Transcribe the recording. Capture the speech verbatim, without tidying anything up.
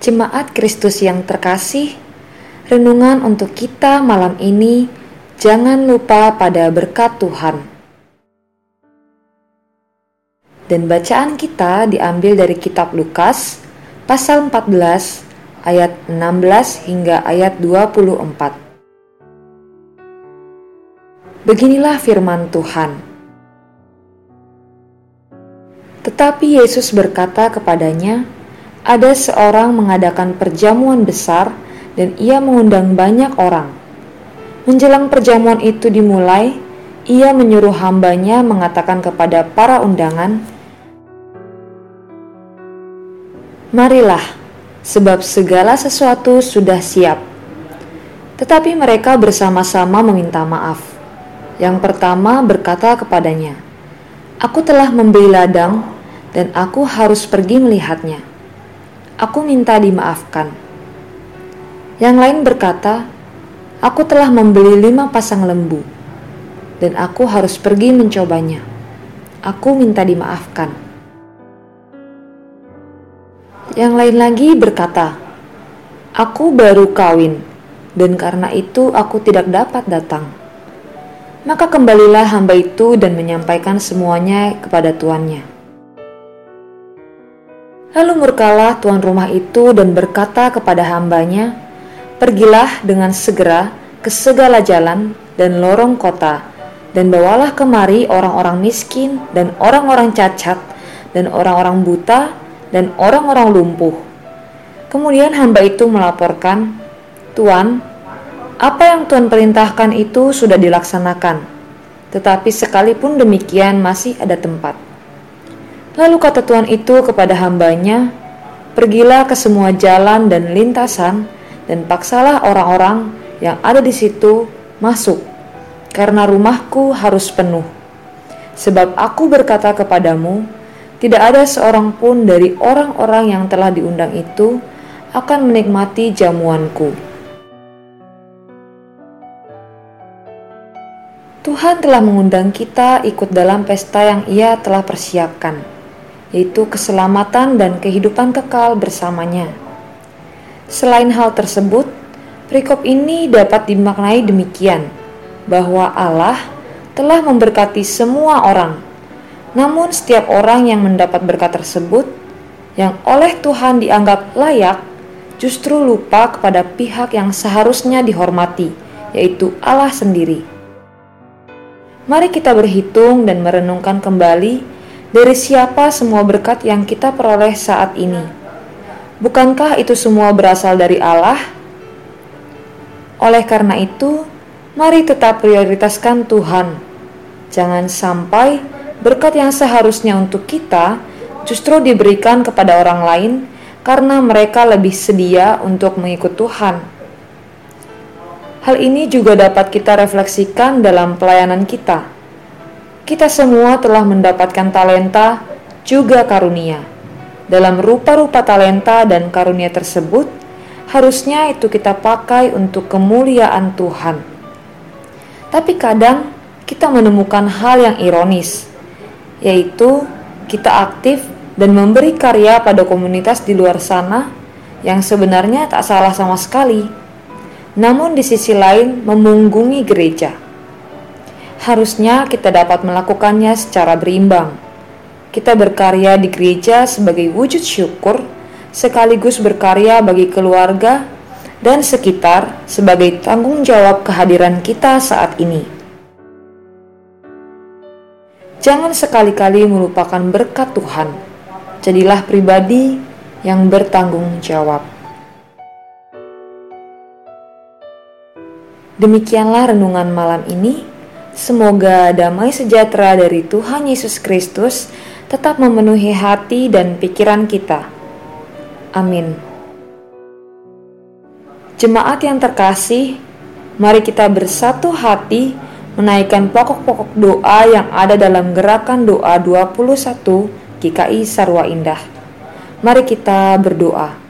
Jemaat Kristus yang terkasih, renungan untuk kita malam ini, jangan lupa pada berkat Tuhan. Dan bacaan kita diambil dari kitab Lukas, pasal empat belas, ayat enam belas hingga ayat dua puluh empat. Beginilah firman Tuhan. Tetapi Yesus berkata kepadanya, ada seorang mengadakan perjamuan besar dan ia mengundang banyak orang. Menjelang perjamuan itu dimulai, ia menyuruh hambanya mengatakan kepada para undangan, marilah, sebab segala sesuatu sudah siap. Tetapi mereka bersama-sama meminta maaf. Yang pertama berkata kepadanya, aku telah membeli ladang dan aku harus pergi melihatnya. Aku minta dimaafkan. Yang lain berkata, aku telah membeli lima pasang lembu, dan aku harus pergi mencobanya. Aku minta dimaafkan. Yang lain lagi berkata, aku baru kawin, dan karena itu aku tidak dapat datang. Maka kembalilah hamba itu dan menyampaikan semuanya kepada tuannya. Lalu murkalah tuan rumah itu dan berkata kepada hambanya, pergilah dengan segera ke segala jalan dan lorong kota, dan bawalah kemari orang-orang miskin dan orang-orang cacat, dan orang-orang buta, dan orang-orang lumpuh. Kemudian hamba itu melaporkan, Tuan, apa yang Tuan perintahkan itu sudah dilaksanakan, tetapi sekalipun demikian masih ada tempat. Lalu kata Tuhan itu kepada hambanya, pergilah ke semua jalan dan lintasan, dan paksalah orang-orang yang ada di situ masuk, karena rumahku harus penuh. Sebab aku berkata kepadamu, tidak ada seorang pun dari orang-orang yang telah diundang itu akan menikmati jamuanku. Tuhan telah mengundang kita ikut dalam pesta yang Ia telah persiapkan, yaitu keselamatan dan kehidupan kekal bersamanya. Selain hal tersebut, perikop ini dapat dimaknai demikian, bahwa Allah telah memberkati semua orang. Namun setiap orang yang mendapat berkat tersebut, yang oleh Tuhan dianggap layak, justru lupa kepada pihak yang seharusnya dihormati, yaitu Allah sendiri. Mari kita berhitung dan merenungkan kembali dari siapa semua berkat yang kita peroleh saat ini. Bukankah itu semua berasal dari Allah? Oleh karena itu, mari tetap prioritaskan Tuhan. Jangan sampai berkat yang seharusnya untuk kita justru diberikan kepada orang lain karena mereka lebih sedia untuk mengikut Tuhan. Hal ini juga dapat kita refleksikan dalam pelayanan kita. Kita semua telah mendapatkan talenta juga karunia. Dalam rupa-rupa talenta dan karunia tersebut, harusnya itu kita pakai untuk kemuliaan Tuhan. Tapi kadang kita menemukan hal yang ironis, yaitu kita aktif dan memberi karya pada komunitas di luar sana yang sebenarnya tak salah sama sekali, namun di sisi lain memunggungi gereja. Harusnya kita dapat melakukannya secara berimbang. Kita berkarya di gereja sebagai wujud syukur, sekaligus berkarya bagi keluarga dan sekitar sebagai tanggung jawab kehadiran kita saat ini. Jangan sekali-kali melupakan berkat Tuhan. Jadilah pribadi yang bertanggung jawab. Demikianlah renungan malam ini. Semoga damai sejahtera dari Tuhan Yesus Kristus tetap memenuhi hati dan pikiran kita. Amin. Jemaat yang terkasih, mari kita bersatu hati menaikkan pokok-pokok doa yang ada dalam gerakan doa dua puluh satu G K I Sarwa Indah. Mari kita berdoa.